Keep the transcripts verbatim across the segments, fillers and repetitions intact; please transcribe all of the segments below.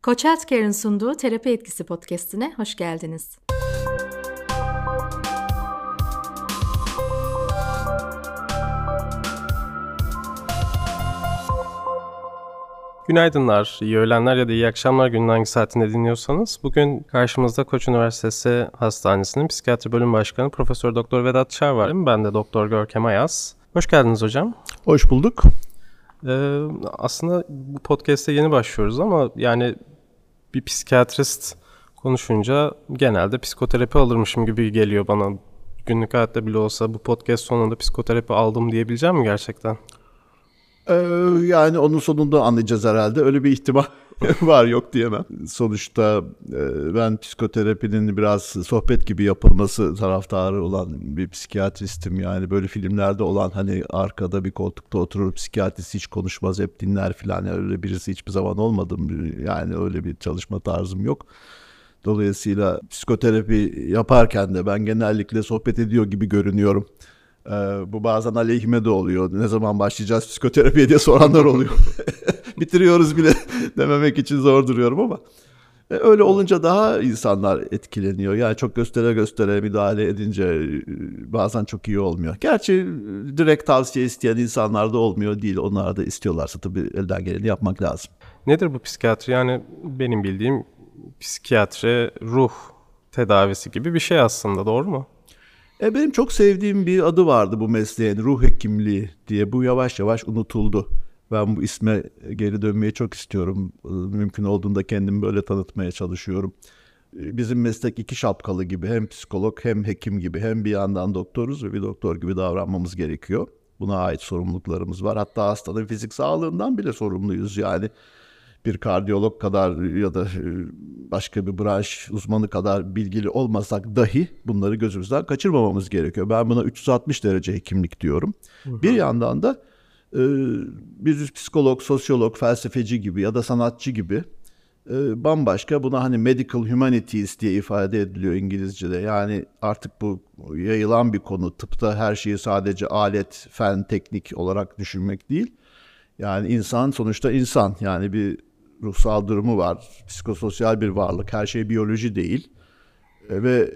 Koç Healthcare'ın sunduğu Terapi Etkisi Podcast'ine hoş geldiniz. Günaydınlar, iyi öğlenler ya da iyi akşamlar, günün hangi saatinde dinliyorsanız. Bugün karşımızda Koç Üniversitesi Hastanesi'nin Psikiyatri Bölüm Başkanı Profesör Doktor Vedat Çar var. Ben de Doktor Görkem Ayaz. Hoş geldiniz hocam. Hoş bulduk. Ee, aslında bu podcast'e yeni başlıyoruz ama yani bir psikiyatrist konuşunca genelde psikoterapi alırmışım gibi geliyor bana. Günlük hayatta bile olsa bu podcast sonunda psikoterapi aldım diyebileceğim mi gerçekten? Ee, yani onun sonunda anlayacağız herhalde. Öyle bir ihtimal var yok diyemem. Sonuçta e, ben psikoterapinin biraz sohbet gibi yapılması taraftarı olan bir psikiyatristim. Yani böyle filmlerde olan hani arkada bir koltukta oturur psikiyatrist hiç konuşmaz hep dinler filan. Yani öyle birisi hiçbir zaman olmadım. Yani öyle bir çalışma tarzım yok. Dolayısıyla psikoterapi yaparken de ben genellikle sohbet ediyor gibi görünüyorum. Ee, bu bazen aleyhime de oluyor. Ne zaman başlayacağız psikoterapiye diye soranlar oluyor. Bitiriyoruz bile dememek için zor duruyorum ama. E, öyle olunca daha insanlar etkileniyor. Yani çok göstere göstere müdahale edince e, bazen çok iyi olmuyor. Gerçi direkt tavsiye isteyen insanlar da olmuyor değil. Onlar da istiyorlarsa tabii elden geleni yapmak lazım. Nedir bu psikiyatri? Yani benim bildiğim psikiyatri ruh tedavisi gibi bir şey aslında, doğru mu? E benim çok sevdiğim bir adı vardı bu mesleğin, ruh hekimliği diye. Bu yavaş yavaş unutuldu. Ben bu isme geri dönmeyi çok istiyorum. Mümkün olduğunda kendimi böyle tanıtmaya çalışıyorum. Bizim meslek iki şapkalı gibi, hem psikolog hem hekim gibi, hem bir yandan doktoruz ve bir doktor gibi davranmamız gerekiyor. Buna ait sorumluluklarımız var. Hatta hastanın fizik sağlığından bile sorumluyuz yani. Bir kardiyolog kadar ya da başka bir branş uzmanı kadar bilgili olmasak dahi bunları gözümüzden kaçırmamamız gerekiyor. Ben buna üç yüz altmış derece hekimlik diyorum. Hı hı. Bir yandan da e, bir psikolog, sosyolog, felsefeci gibi ya da sanatçı gibi e, bambaşka, buna hani medical humanities diye ifade ediliyor İngilizce'de. Yani artık bu yayılan bir konu. Tıpta her şeyi sadece alet, fen, teknik olarak düşünmek değil. Yani insan sonuçta insan. Yani bir ruhsal durumu var, psikososyal bir varlık, her şey biyoloji değil e, ve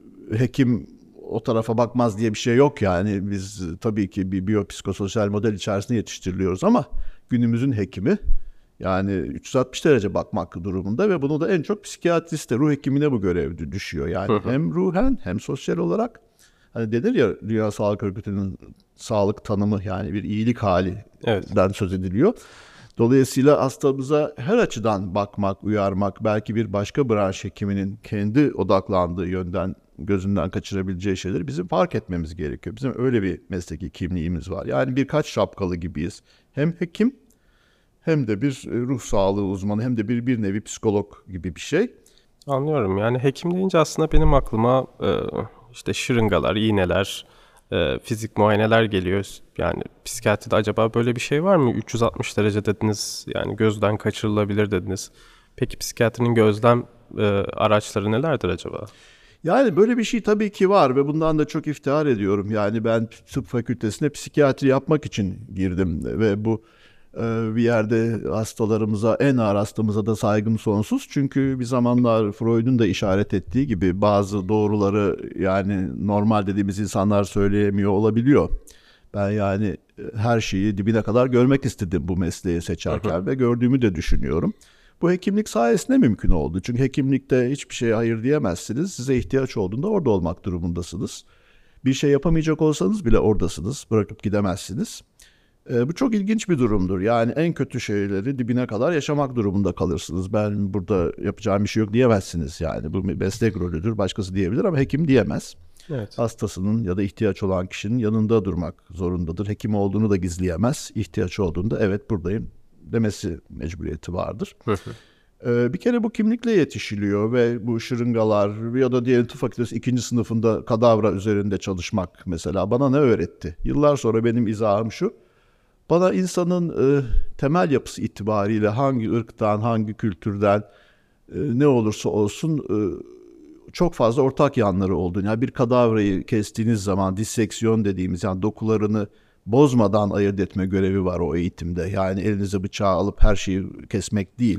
hekim o tarafa bakmaz diye bir şey yok yani. Biz tabii ki bir biyopsikososyal model içerisinde yetiştiriliyoruz ama günümüzün hekimi yani üç yüz altmış derece bakmak durumunda ve bunu da en çok psikiyatriste, ruh hekimine bu görev düşüyor. Yani hı hı. Hem ruhen hem sosyal olarak, hani denir ya Dünya Sağlık Örgütü'nün sağlık tanımı, yani bir iyilik halinden evet. söz ediliyor. Dolayısıyla hastamıza her açıdan bakmak, uyarmak, belki bir başka branş hekiminin kendi odaklandığı yönden gözünden kaçırabileceği şeyleri bizim fark etmemiz gerekiyor. Bizim öyle bir mesleki kimliğimiz var. Yani birkaç şapkalı gibiyiz. Hem hekim hem de bir ruh sağlığı uzmanı hem de bir bir nevi psikolog gibi bir şey. Anlıyorum. Yani hekim deyince aslında benim aklıma e, işte şırıngalar, iğneler, e, fizik muayeneler geliyor. Yani psikiyatride acaba böyle bir şey var mı? üç yüz altmış derece dediniz. Yani gözden kaçırılabilir dediniz. Peki psikiyatrinin gözlem e, araçları nelerdir acaba? Yani böyle bir şey tabii ki var ve bundan da çok iftihar ediyorum. Yani ben tıp fakültesine psikiyatri yapmak için girdim ve bu bir yerde hastalarımıza, en ağır hastamıza da saygım sonsuz. Çünkü bir zamanlar Freud'un da işaret ettiği gibi bazı doğruları yani normal dediğimiz insanlar söyleyemiyor olabiliyor. Ben yani her şeyi dibine kadar görmek istedim bu mesleği seçerken hı hı. ve gördüğümü de düşünüyorum. Bu hekimlik sayesinde mümkün oldu. Çünkü hekimlikte hiçbir şeye hayır diyemezsiniz. Size ihtiyaç olduğunda orada olmak durumundasınız. Bir şey yapamayacak olsanız bile oradasınız. Bırakıp gidemezsiniz. E, bu çok ilginç bir durumdur. Yani en kötü şeyleri dibine kadar yaşamak durumunda kalırsınız. Ben burada yapacağım bir şey yok diyemezsiniz. Yani bu meslek rolüdür. Başkası diyebilir ama hekim diyemez. Evet. Hastasının ya da ihtiyaç olan kişinin yanında durmak zorundadır. Hekim olduğunu da gizleyemez. İhtiyaç olduğunda evet buradayım demesi mecburiyeti vardır. ee, bir kere bu kimlikle yetişiliyor ve bu şırıngalar ya da diyelim tıp fakültesi ikinci sınıfında kadavra üzerinde çalışmak mesela bana ne öğretti? Yıllar sonra benim izahım şu. Bana insanın e, temel yapısı itibariyle hangi ırktan, hangi kültürden e, ne olursa olsun e, çok fazla ortak yanları olduğunu. Yani bir kadavrayı kestiğiniz zaman disseksiyon dediğimiz, yani dokularını bozmadan ayırt etme görevi var o eğitimde. Yani elinize bıçağı alıp her şeyi kesmek değil.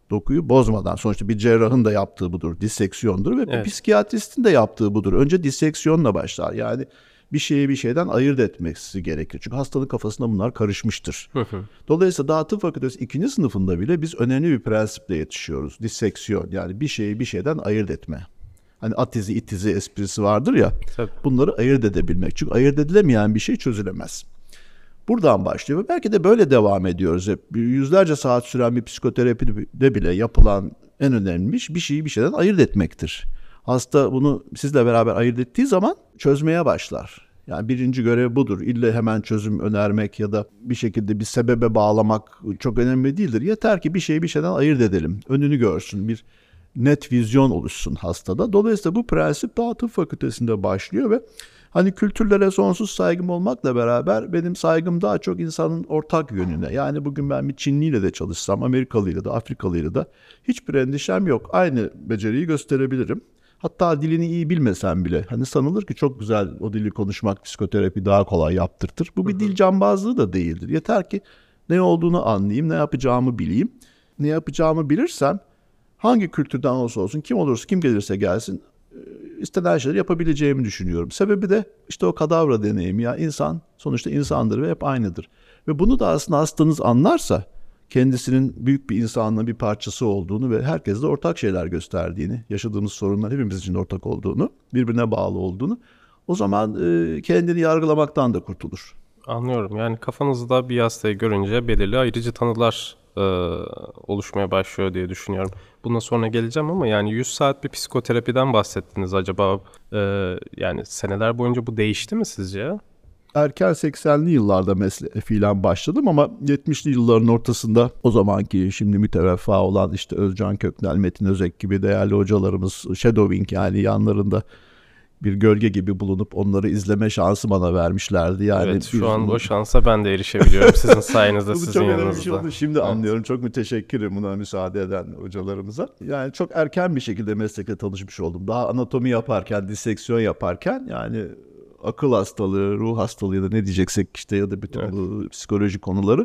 dokuyu bozmadan. Sonuçta bir cerrahın da yaptığı budur, disseksiyondur ve Evet. bir psikiyatristin de yaptığı budur. Önce disseksiyonla başlar. Yani bir şeyi bir şeyden ayırt etmesi gerekir. Çünkü hastanın kafasında bunlar karışmıştır. Hı hı. Dolayısıyla daha tıp fakültesi ikinci sınıfında bile biz önemli bir prensiple yetişiyoruz. Disseksiyon, yani bir şeyi bir şeyden ayırt etme. Hani at izi it izi esprisi vardır ya. Tabii. Bunları ayırt edebilmek. Çünkü ayırt edilemeyen bir şey çözülemez. Buradan başlıyor ve belki de böyle devam ediyoruz hep. Yüzlerce saat süren bir psikoterapide bile yapılan en önemli iş bir şeyi bir şeyden ayırt etmektir. Hasta bunu sizle beraber ayırt ettiği zaman çözmeye başlar. Yani birinci görev budur. İlle hemen çözüm önermek ya da bir şekilde bir sebebe bağlamak çok önemli değildir. Yeter ki bir şeyi bir şeyden ayırt edelim. Önünü görsün, bir net vizyon oluşsun hastada. Dolayısıyla bu prensip daha tıp fakültesinde başlıyor ve hani kültürlere sonsuz saygım olmakla beraber benim saygım daha çok insanın ortak yönüne. Yani bugün ben bir Çinliyle de çalışsam, Amerikalıyla da, Afrikalıyla da hiçbir endişem yok. Aynı beceriyi gösterebilirim. Hatta dilini iyi bilmesem bile. Hani sanılır ki çok güzel o dili konuşmak psikoterapi daha kolay yaptırtır. Bu bir dil cambazlığı da değildir. Yeter ki ne olduğunu anlayayım, ne yapacağımı bileyim. Ne yapacağımı bilirsem hangi kültürden olursa olsun, kim olursa kim gelirse gelsin istenen şeyleri yapabileceğimi düşünüyorum. Sebebi de işte o kadavra deneyimi. Ya insan sonuçta insandır ve hep aynıdır. Ve bunu da aslında hastanız anlarsa kendisinin büyük bir insanlığın bir parçası olduğunu ve herkesle ortak şeyler gösterdiğini, yaşadığımız sorunlar hepimiz için ortak olduğunu, birbirine bağlı olduğunu, o zaman e, kendini yargılamaktan da kurtulur. Anlıyorum. Yani kafanızda bir hastayı görünce belirli ayırıcı tanılar e, oluşmaya başlıyor diye düşünüyorum. Bundan sonra geleceğim ama yani yüz saat bir psikoterapiden bahsettiniz. Acaba e, yani seneler boyunca bu değişti mi sizce? Erken seksenli yıllarda mesleğe fiilen başladım ama yetmişli yılların ortasında o zamanki şimdi müteveffa olan işte Özcan Köknel, Metin Özek gibi değerli hocalarımız shadowing, yani yanlarında bir gölge gibi bulunup onları izleme şansı bana vermişlerdi. Yani evet, şu bir, an o şansa ben de erişebiliyorum sizin sayenizde, sizin çok yanınızda. önemli bir şey oldu. Şimdi evet. anlıyorum. Çok müteşekkirim buna müsaade eden hocalarımıza. Yani çok erken bir şekilde meslekle tanışmış oldum. Daha anatomi yaparken, disseksiyon yaparken, yani akıl hastalığı, ruh hastalığı ya da ne diyeceksek işte, ya da bütün evet. bu psikoloji konuları.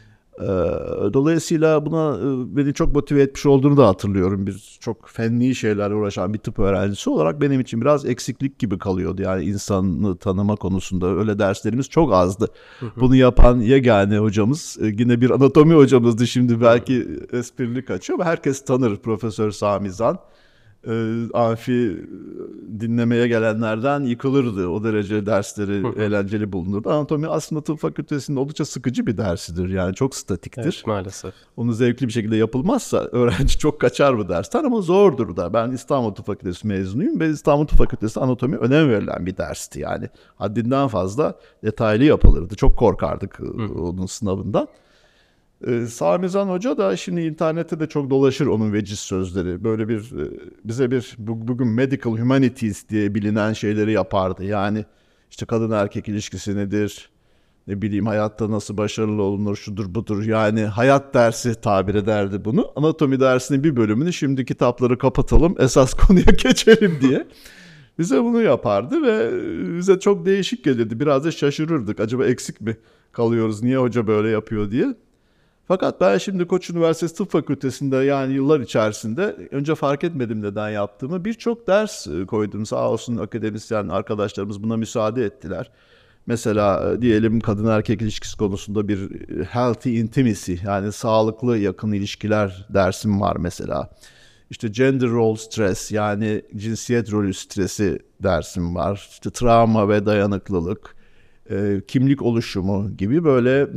Dolayısıyla buna beni çok motive etmiş olduğunu da hatırlıyorum. Bir çok fenli şeylerle uğraşan bir tıp öğrencisi olarak benim için biraz eksiklik gibi kalıyordu. Yani insanı tanıma konusunda öyle derslerimiz çok azdı. Hı hı. Bunu yapan yegane hocamız yine bir anatomi hocamızdı. Şimdi belki hı. esprili kaçıyor ama herkes tanır Profesör Sami Zan. Amfi dinlemeye gelenlerden yıkılırdı. O derece dersleri hı hı. eğlenceli bulunurdu. Anatomi aslında tıp fakültesinde oldukça sıkıcı bir dersidir. Yani çok statiktir. Evet, maalesef. Onu zevkli bir şekilde yapılmazsa öğrenci çok kaçar bu dersten ama zordur da. Ben İstanbul Tıp Fakültesi mezunuyum ve İstanbul Tıp Fakültesi anatomi önem verilen bir dersti. Yani haddinden fazla detaylı yapılırdı. Çok korkardık hı. onun sınavından. Ee, Sami Zan Hoca da şimdi internette de çok dolaşır onun veciz sözleri. Böyle bir bize bir bugün medical humanities diye bilinen şeyleri yapardı. Yani işte kadın erkek ilişkisi nedir? Ne bileyim hayatta nasıl başarılı olunur, şudur budur. Yani hayat dersi tabir ederdi bunu. Anatomi dersinin bir bölümünü şimdi kitapları kapatalım, esas konuya geçelim diye. Bize bunu yapardı ve bize çok değişik gelirdi. Biraz da şaşırırdık. Acaba eksik mi kalıyoruz? Niye hoca böyle yapıyor diye. Fakat ben şimdi Koç Üniversitesi Tıp Fakültesi'nde, yani yıllar içerisinde önce fark etmedim neden yaptığımı, birçok ders koydum. Sağ olsun akademisyen arkadaşlarımız buna müsaade ettiler. Mesela diyelim kadın erkek ilişkisi konusunda bir healthy intimacy, yani sağlıklı yakın ilişkiler dersim var mesela. İşte gender role stress, yani cinsiyet rolü stresi dersim var. İşte travma ve dayanıklılık, kimlik oluşumu gibi böyle...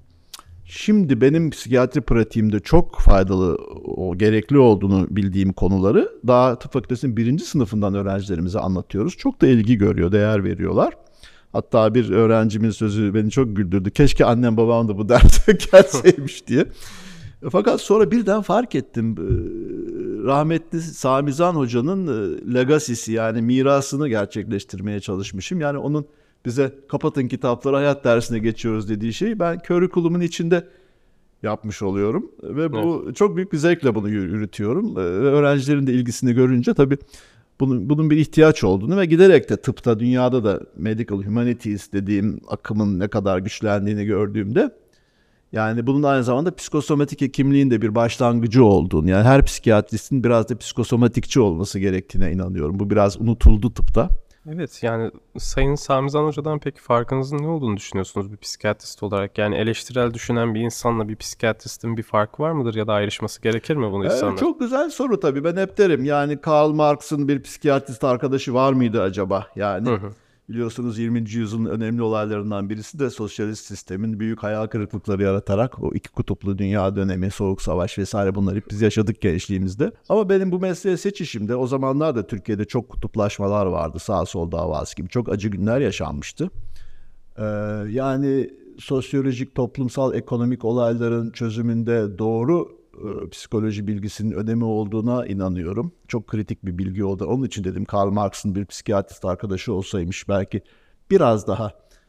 Şimdi benim psikiyatri pratiğimde çok faydalı, o gerekli olduğunu bildiğim konuları daha tıp fakültesinin birinci sınıfından öğrencilerimize anlatıyoruz. Çok da ilgi görüyor, değer veriyorlar. Hatta bir öğrencimin sözü beni çok güldürdü. Keşke annem babam da bu derse gelseymiş diye. Fakat sonra birden fark ettim. Rahmetli Sami Zan Hoca'nın legacy'si, yani mirasını gerçekleştirmeye çalışmışım. Yani onun bize kapatın kitapları, hayat dersine geçiyoruz dediği şeyi ben curriculum'un içinde yapmış oluyorum. Ve bu evet. çok büyük bir zevkle bunu yürütüyorum. Öğrencilerin de ilgisini görünce tabii bunun, bunun bir ihtiyaç olduğunu ve giderek de tıpta, dünyada da medical humanities dediğim akımın ne kadar güçlendiğini gördüğümde, Yani bunun aynı zamanda psikosomatik hekimliğin de bir başlangıcı olduğunu, yani her psikiyatristin biraz da psikosomatikçi olması gerektiğine inanıyorum. Bu biraz unutuldu tıpta. Evet, yani Sayın Samizan Hoca'dan peki farkınızın ne olduğunu düşünüyorsunuz bir psikiyatrist olarak? Yani eleştirel düşünen bir insanla bir psikiyatristin bir farkı var mıdır ya da ayrışması gerekir mi bunu insanlar? Evet, çok güzel soru tabii. Ben hep derim yani Karl Marx'ın bir psikiyatrist arkadaşı var mıydı acaba? Yani Hı hı. biliyorsunuz yirminci yüzyılın önemli olaylarından birisi de sosyalist sistemin büyük hayal kırıklıkları yaratarak o iki kutuplu dünya dönemi, soğuk savaş vesaire bunları hep biz yaşadık gençliğimizde. Ama benim bu mesleğe seçişimde o zamanlar da Türkiye'de çok kutuplaşmalar vardı. Sağ sol davası gibi çok acı günler yaşanmıştı. Ee, yani sosyolojik, toplumsal, ekonomik olayların çözümünde doğru e, psikoloji bilgisinin önemi olduğuna inanıyorum. Çok kritik bir bilgi oldu. Onun için dedim Karl Marx'ın bir psikiyatrist arkadaşı olsaymış belki biraz daha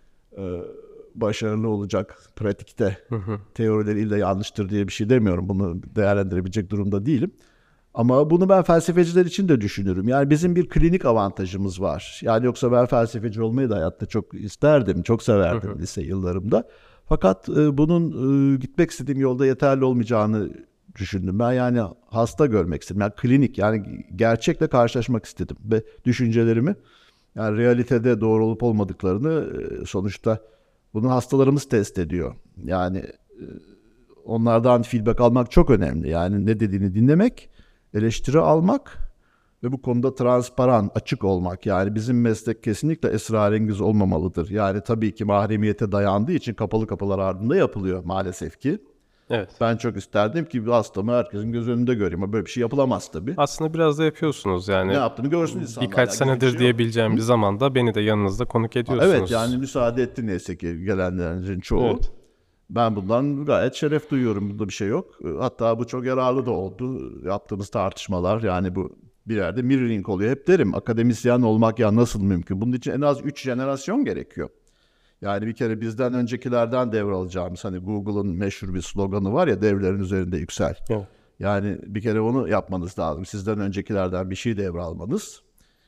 e, başarılı olacak pratikte. Hı hı. Teorileriyle yanlıştır diye bir şey demiyorum. Bunu değerlendirebilecek durumda değilim. Ama bunu ben felsefeciler için de düşünürüm. Yani bizim bir klinik avantajımız var. Yani yoksa ben felsefeci olmayı da hayatta çok isterdim, çok severdim Hı hı. lise yıllarımda. Fakat e, bunun e, gitmek istediğim yolda yeterli olmayacağını düşündüm. Ben yani hasta görmek istedim. Yani klinik, yani gerçekle karşılaşmak istedim. Ve düşüncelerimi, yani realitede doğru olup olmadıklarını e, sonuçta bunu hastalarımız test ediyor. Yani e, onlardan feedback almak çok önemli. Yani ne dediğini dinlemek, eleştiri almak ve bu konuda transparan, açık olmak. Yani bizim meslek kesinlikle esrarengiz olmamalıdır. Yani tabii ki mahremiyete dayandığı için kapalı kapılar ardında yapılıyor maalesef ki. Evet. Ben çok isterdim ki bir hastamı herkesin göz önünde göreyim ama böyle bir şey yapılamaz tabii. Aslında biraz da yapıyorsunuz yani. Ne yaptığını görsün insanlar. Birkaç Yani senedir bir şey yok. diyebileceğim bir zamanda beni de yanınızda konuk ediyorsunuz. Evet, yani müsaade etti neyse ki gelenlerin çoğu. Evet. Ben bundan gayet şeref duyuyorum. Bunda bir şey yok. Hatta bu çok yararlı da oldu. Yaptığımız tartışmalar, yani bu bir yerde mirroring oluyor. Hep derim akademisyen olmak ya nasıl mümkün? Bunun için en az üç jenerasyon gerekiyor. Yani bir kere bizden öncekilerden devralacağımız, hani Google'ın meşhur bir sloganı var ya, devlerin üzerinde yüksel. Evet. Yani bir kere onu yapmanız lazım. Sizden öncekilerden bir şey devralmanız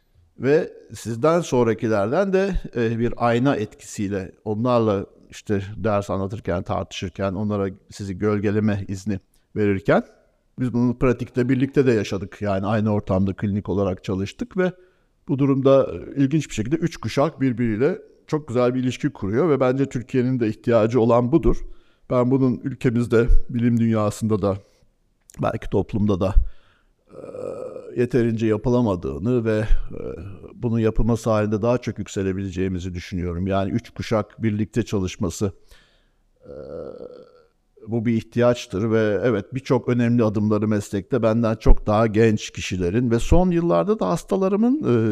ve sizden sonrakilerden de bir ayna etkisiyle onlarla işte ders anlatırken, tartışırken, onlara sizi gölgeleme izni verirken biz bunu pratikte birlikte de yaşadık. Yani aynı ortamda klinik olarak çalıştık ve bu durumda ilginç bir şekilde üç kuşak birbiriyle çok güzel bir ilişki kuruyor ve bence Türkiye'nin de ihtiyacı olan budur. Ben bunun ülkemizde, bilim dünyasında da, belki toplumda da e, yeterince yapılamadığını ve e, bunun yapılması halinde daha çok yükselebileceğimizi düşünüyorum. Yani üç kuşak birlikte çalışması e, bu bir ihtiyaçtır ve evet, birçok önemli adımları meslekte benden çok daha genç kişilerin ve son yıllarda da hastalarımın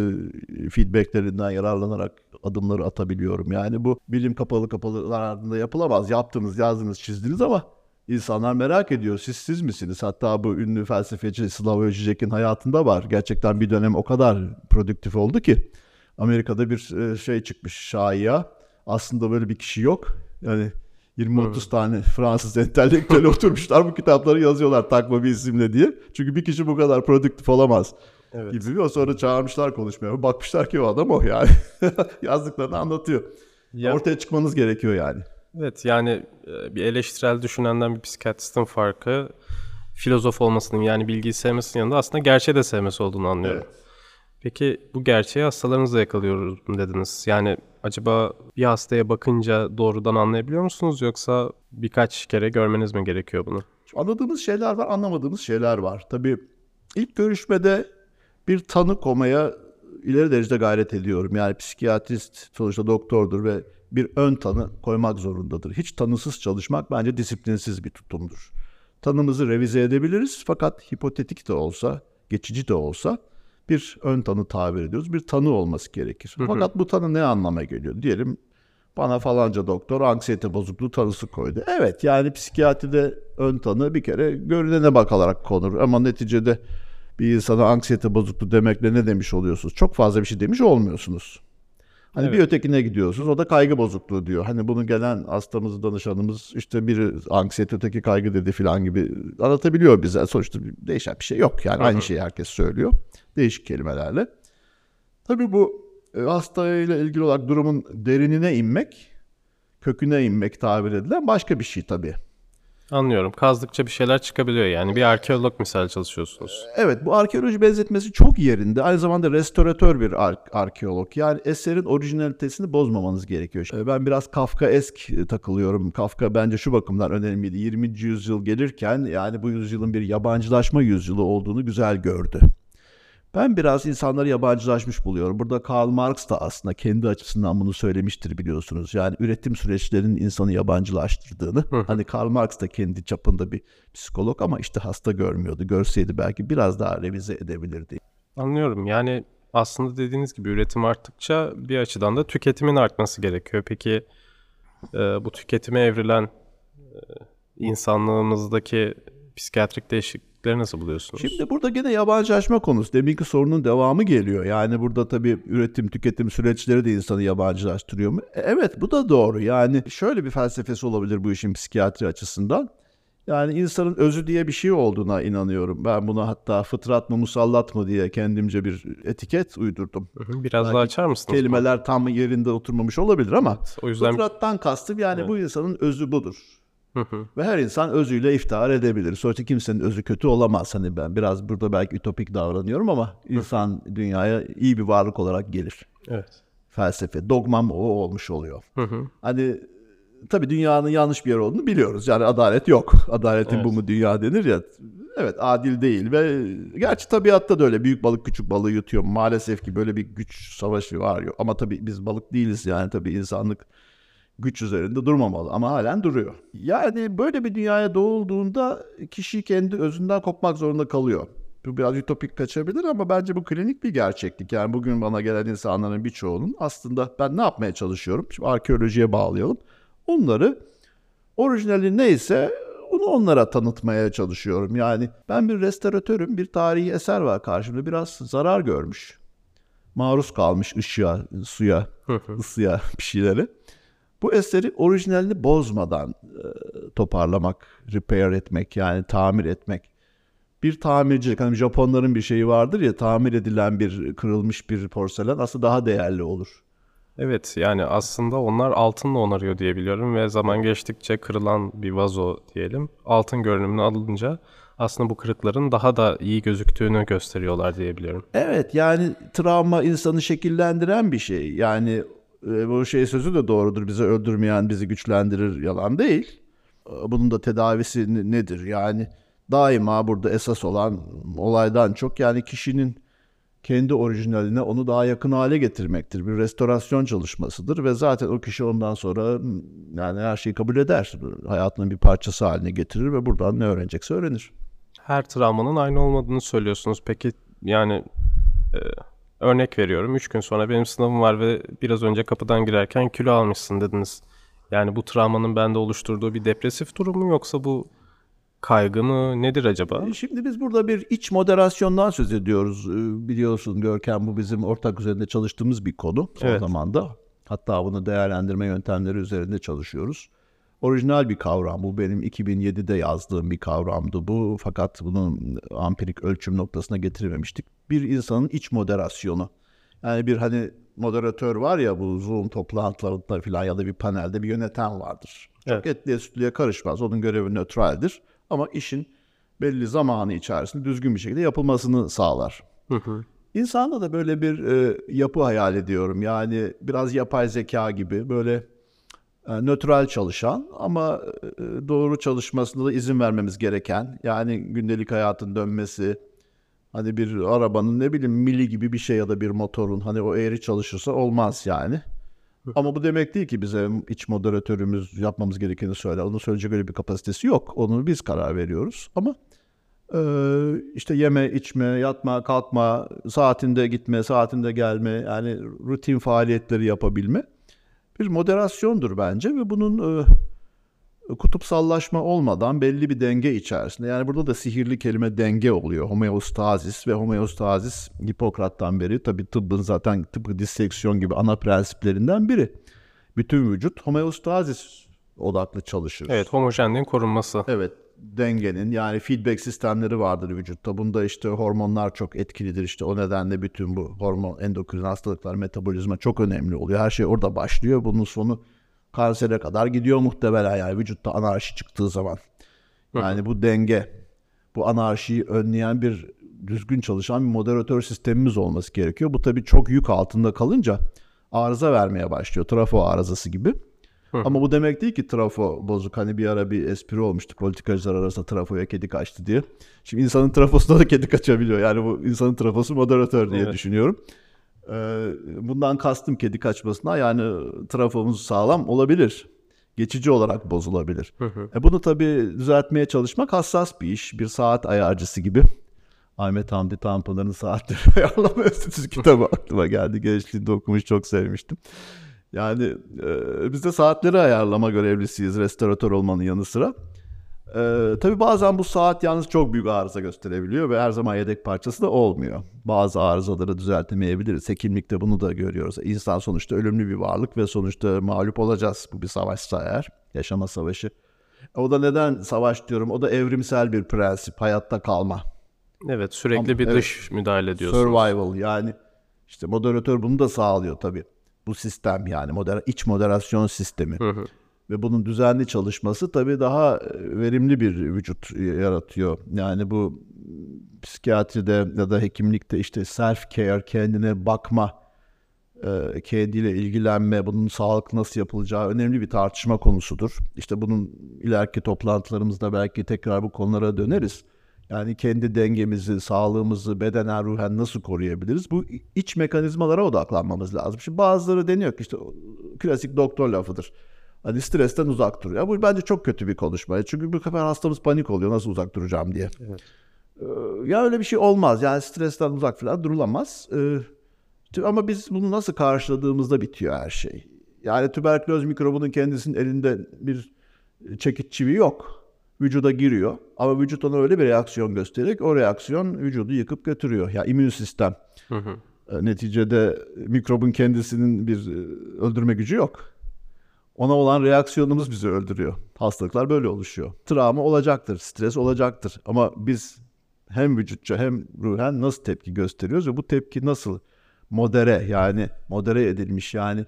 e, feedbacklerinden yararlanarak adımları atabiliyorum. Yani bu bilim kapalı kapılar ardında yapılamaz. Yaptınız, yazdınız, çizdiniz ama insanlar merak ediyor. Siz siz misiniz? Hatta bu ünlü felsefeci Slavoj Žižek'in hayatında var. Gerçekten bir dönem o kadar produktif oldu ki Amerika'da bir şey çıkmış, şaiya. Aslında böyle bir kişi yok. Yani yirmi otuz hmm. tane Fransız entelektüel oturmuşlar, bu kitapları yazıyorlar takma bir isimle diye. Çünkü bir kişi bu kadar produktif olamaz. Evet. Gibi. O sonra çağırmışlar konuşmaya. Bakmışlar ki o adam o yani. Yazdıklarını anlatıyor. Ya. Ortaya çıkmanız gerekiyor yani. Evet, yani bir eleştirel düşünenden bir psikiyatristin farkı filozof olmasının, yani bilgiyi sevmesinin yanında aslında gerçeği de sevmesi olduğunu anlıyorum. Evet. Peki bu gerçeği hastalarınızla yakalıyoruz dediniz. Yani acaba bir hastaya bakınca doğrudan anlayabiliyor musunuz, yoksa birkaç kere görmeniz mi gerekiyor bunu? Anladığımız şeyler var, anlamadığımız şeyler var. Tabii ilk görüşmede bir tanı koymaya ileri derecede gayret ediyorum. Yani psikiyatrist sonuçta doktordur ve bir ön tanı koymak zorundadır. Hiç tanısız çalışmak bence disiplinsiz bir tutumdur. Tanımızı revize edebiliriz fakat hipotetik de olsa, geçici de olsa bir ön tanı tabir ediyoruz. Bir tanı olması gerekir. Hı hı. Fakat bu tanı ne anlama geliyor? Diyelim bana falanca doktor anksiyete bozukluğu tanısı koydu. Evet, yani psikiyatride ön tanı bir kere görünene bakılarak konur. Ama neticede bir insana anksiyete bozukluğu demekle ne demiş oluyorsunuz? Çok fazla bir şey demiş olmuyorsunuz. Hani evet. Bir ötekine gidiyorsunuz, o da kaygı bozukluğu diyor. Hani bunu gelen hastamız, danışanımız işte biri anksiyete, öteki kaygı dedi falan gibi anlatabiliyor bize. Sonuçta değişen bir şey yok. Yani Hı-hı. aynı şeyi herkes söylüyor. Değişik kelimelerle. Tabii bu hastayla ilgili olarak durumun derinine inmek, köküne inmek tabir edilen başka bir şey tabii. Anlıyorum. Kazdıkça bir şeyler çıkabiliyor yani. Bir arkeolog misal çalışıyorsunuz. Evet, bu arkeoloji benzetmesi çok yerinde. Aynı zamanda restoratör bir ar- arkeolog. Yani eserin orijinalitesini bozmamanız gerekiyor. Ee, Ben biraz Kafkaesk takılıyorum. Kafka bence şu bakımdan önemliydi. yirminci yüzyıl gelirken yani bu yüzyılın bir yabancılaşma yüzyılı olduğunu güzel gördü. Ben biraz insanları yabancılaşmış buluyorum. Burada Karl Marx da aslında kendi açısından bunu söylemiştir biliyorsunuz. Yani üretim süreçlerinin insanı yabancılaştırdığını. Hı hı. Hani Karl Marx da kendi çapında bir psikolog ama işte hasta görmüyordu. Görseydi belki biraz daha revize edebilirdi. Anlıyorum. Yani aslında dediğiniz gibi üretim arttıkça bir açıdan da tüketimin artması gerekiyor. Peki e, bu tüketime evrilen e, insanlığımızdaki psikiyatrik değişiklikleri nasıl buluyorsunuz? Şimdi burada gene yabancılaşma konusu. Deminki sorunun devamı geliyor. Yani burada tabii üretim, tüketim süreçleri de insanı yabancılaştırıyor mu? E, Evet, bu da doğru. Yani şöyle bir felsefesi olabilir bu işin psikiyatri açısından. Yani insanın özü diye bir şey olduğuna inanıyorum. Ben buna hatta fıtrat mı musallat mı diye kendimce bir etiket uydurdum. Hı hı. Biraz Belki daha açar mısınız? Kelimeler tam yerinde oturmamış olabilir ama O yüzden fıtrattan kastım yani Evet. bu insanın özü budur. Hı hı. Ve her insan özüyle iftihar edebilir. Sonuçta kimsenin özü kötü olamaz. Hani ben biraz burada belki ütopik davranıyorum ama insan dünyaya iyi bir varlık olarak gelir. Evet. Felsefe, dogmam o olmuş oluyor. Hı hı. Hani tabii dünyanın yanlış bir yer olduğunu biliyoruz. Yani adalet yok. Adaletin Evet. bu mu dünya denir ya. Evet, adil değil ve gerçi tabiatta da öyle. Büyük balık küçük balığı yutuyor. Maalesef ki böyle bir güç savaşı var. Ama tabii biz balık değiliz yani tabii insanlık güç üzerinde durmamalı ama halen duruyor. Yani böyle bir dünyaya doğulduğunda kişi kendi özünden kopmak zorunda kalıyor. Bu biraz ütopik kaçabilir ama bence bu klinik bir gerçeklik. Yani bugün bana gelen insanların birçoğunun aslında ben ne yapmaya çalışıyorum? Şimdi arkeolojiye bağlayalım. Onları orijinali neyse onu onlara tanıtmaya çalışıyorum. Yani ben bir restoratörüm, bir tarihi eser var karşımda. Biraz zarar görmüş. Maruz kalmış ışığa, suya, Hı hı. ısıya, bir şeylere. Bu eseri orijinalini bozmadan e, toparlamak, repair etmek yani tamir etmek. Bir tamircilik, hani Japonların bir şeyi vardır ya, tamir edilen bir kırılmış bir porselen aslında daha değerli olur. Evet, yani aslında onlar altınla onarıyor diye biliyorum ve zaman geçtikçe kırılan bir vazo diyelim altın görünümüne alınca aslında bu kırıkların daha da iyi gözüktüğünü gösteriyorlar diye biliyorum. Evet, yani travma insanı şekillendiren bir şey. Yani e, bu şey sözü de doğrudur. Bizi öldürmeyen bizi güçlendirir, yalan değil. E, Bunun da tedavisi ne- nedir? Yani daima burada esas olan olaydan çok yani kişinin kendi orijinaline onu daha yakın hale getirmektir. Bir restorasyon çalışmasıdır ve zaten o kişi ondan sonra hmm, yani her şeyi kabul eder. Hayatının bir parçası haline getirir ve buradan ne öğrenecekse öğrenir. Her travmanın aynı olmadığını söylüyorsunuz. Peki yani e, örnek veriyorum. Üç gün sonra benim sınavım var ve biraz önce kapıdan girerken kilo almışsın dediniz. Yani bu travmanın bende oluşturduğu bir depresif durum mu yoksa bu kaygı mı nedir acaba? E, Şimdi biz burada bir iç moderasyondan söz ediyoruz. E, Biliyorsun Görkem, bu bizim ortak üzerinde çalıştığımız bir konu son Evet. zamanda. Hatta bunu değerlendirme yöntemleri üzerinde çalışıyoruz. Orijinal bir kavram bu. Benim iki bin yedide yazdığım bir kavramdı bu. Fakat bunu ampirik ölçüm noktasına getirememiştik. Bir insanın iç moderasyonu. Yani bir hani moderatör var ya bu Zoom toplantılarında falan ya da bir panelde bir yöneten vardır. Çok Evet. etliye sütlüye karışmaz. Onun görevi nötraldir. Ama işin belli zamanı içerisinde düzgün bir şekilde yapılmasını sağlar. Hı hı. İnsanda da böyle bir e, yapı hayal ediyorum. Yani biraz yapay zeka gibi böyle e, nötral çalışan ama e, doğru çalışmasına da izin vermemiz gereken. Yani gündelik hayatın dönmesi, hani bir arabanın ne bileyim mili gibi bir şey ya da bir motorun hani o eğri çalışırsa olmaz yani. Ama bu demek değil ki bize iç moderatörümüz yapmamız gerekeni söyler. Onun söyleyecek öyle bir kapasitesi yok. Onu biz karar veriyoruz. Ama e, işte yeme, içme, yatma, kalkma, saatinde gitme, saatinde gelme, yani rutin faaliyetleri yapabilme bir moderasyondur bence ve bunun e, kutupsallaşma olmadan belli bir denge içerisinde. Yani burada da sihirli kelime denge oluyor. Homeostazis ve homeostazis Hipokrat'tan beri tabii tıbbın zaten tıpkı diseksiyon gibi ana prensiplerinden biri. Bütün vücut homeostazis odaklı çalışır. Evet, homojenliğin korunması. Evet, dengenin yani feedback sistemleri vardır vücutta. Bunda işte hormonlar çok etkilidir. İşte o nedenle bütün bu hormon endokrin hastalıklar, metabolizma çok önemli oluyor. Her şey orada başlıyor. Bunun sonu kansere kadar gidiyor muhtemelen yani vücutta anarşi çıktığı zaman. Yani bu denge, bu anarşiyi önleyen bir düzgün çalışan bir moderatör sistemimiz olması gerekiyor. Bu tabii çok yük altında kalınca arıza vermeye başlıyor. Trafo arızası gibi. Ama bu demek değil ki trafo bozuk. Hani bir ara bir espri olmuştu politikacılar arasında trafoya kedi kaçtı diye. Şimdi insanın trafosuna da kedi kaçabiliyor. Yani bu insanın trafosu moderatör diye evet. düşünüyorum. Ee, bundan kastım kedi kaçmasına, yani trafomuz sağlam olabilir. Geçici olarak bozulabilir. Hı hı. E bunu tabii düzeltmeye çalışmak hassas bir iş. Bir saat ayarcısı gibi. Ahmet Hamdi Tanpınar'ın Saatleri Ayarlama Enstitüsü kitabı aklıma geldi. Gençliğinde okumuş, çok sevmiştim. Yani e, biz de saatleri ayarlama görevlisiyiz restoratör olmanın yanı sıra. E, tabii bazen bu saat yalnız çok büyük arıza gösterebiliyor ve her zaman yedek parçası da olmuyor. Bazı arızaları düzeltemeyebiliriz. Hekimlikte bunu da görüyoruz. İnsan sonuçta ölümlü bir varlık ve sonuçta mağlup olacağız. Bu bir savaşsa eğer, yaşama savaşı. O da neden savaş diyorum? O da evrimsel bir prensip, hayatta kalma. Evet, sürekli Ama, bir evet, dış müdahale diyorsunuz. Survival, yani işte moderatör bunu da sağlıyor tabii. Bu sistem, yani moder iç moderasyon sistemi. Hı hı. Ve bunun düzenli çalışması tabii daha verimli bir vücut yaratıyor. Yani bu psikiyatride ya da hekimlikte işte self care, kendine bakma, kendiyle ilgilenme, bunun sağlıklı nasıl yapılacağı önemli bir tartışma konusudur. İşte bunun ileriki toplantılarımızda belki tekrar bu konulara döneriz. Yani kendi dengemizi, sağlığımızı bedenen, ruhen nasıl koruyabiliriz? Bu iç mekanizmalara odaklanmamız lazım. Şimdi bazıları deniyor ki işte klasik doktor lafıdır. Hani stresten uzak dur. Ya bu bence çok kötü bir konuşma. Çünkü bu sefer hastamız panik oluyor. Nasıl uzak duracağım diye. Evet. Ee, ya öyle bir şey olmaz. Yani stresten uzak falan durulamaz. Ee, ama biz bunu nasıl karşıladığımızda bitiyor her şey. Yani tüberküloz mikrobunun kendisinin elinde bir çekiç çivi yok. Vücuda giriyor ama vücut ona öyle bir reaksiyon göstererek o reaksiyon vücudu yıkıp götürüyor. Ya immün sistem. Hı hı. Neticede mikrobun kendisinin bir öldürme gücü yok. Ona olan reaksiyonumuz bizi öldürüyor. Hastalıklar böyle oluşuyor. Travma olacaktır, stres olacaktır. Ama biz hem vücutça hem ruhen nasıl tepki gösteriyoruz ve bu tepki nasıl modere, yani modere edilmiş, yani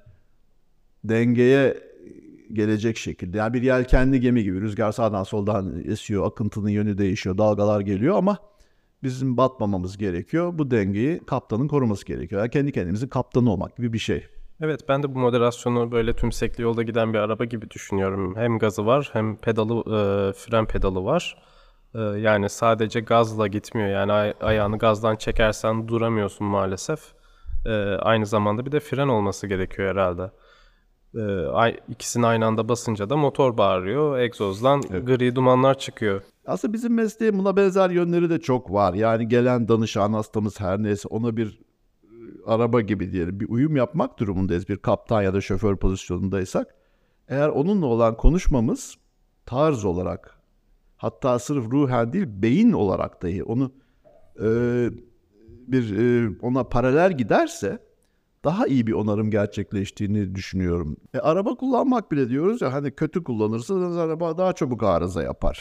dengeye gelecek şekilde. Yani bir yelkenli gemi gibi rüzgar sağdan soldan esiyor, akıntının yönü değişiyor, dalgalar geliyor ama bizim batmamamız gerekiyor. Bu dengeyi kaptanın koruması gerekiyor. Yani kendi kendimizin kaptanı olmak gibi bir şey. Evet, ben de bu moderasyonu böyle tümsekli yolda giden bir araba gibi düşünüyorum. Hem gazı var hem pedalı, e, fren pedalı var. E, yani sadece gazla gitmiyor. Yani ay- ayağını gazdan çekersen duramıyorsun maalesef. E, aynı zamanda bir de fren olması gerekiyor herhalde. E, ikisini aynı anda basınca da motor bağırıyor. Egzozdan evet. gri dumanlar çıkıyor. Aslında bizim mesleğin buna benzer yönleri de çok var. Yani gelen danışan, hastamız her neyse ona bir araba gibi diyelim bir uyum yapmak durumundayız. Bir kaptan ya da şoför pozisyonundaysak. Eğer onunla olan konuşmamız tarz olarak, hatta sırf ruhen değil beyin olarak dahi onu e, bir e, ona paralel giderse daha iyi bir onarım gerçekleştiğini düşünüyorum. E, araba kullanmak bile diyoruz ya, hani kötü kullanırsanız araba daha çabuk arıza yapar.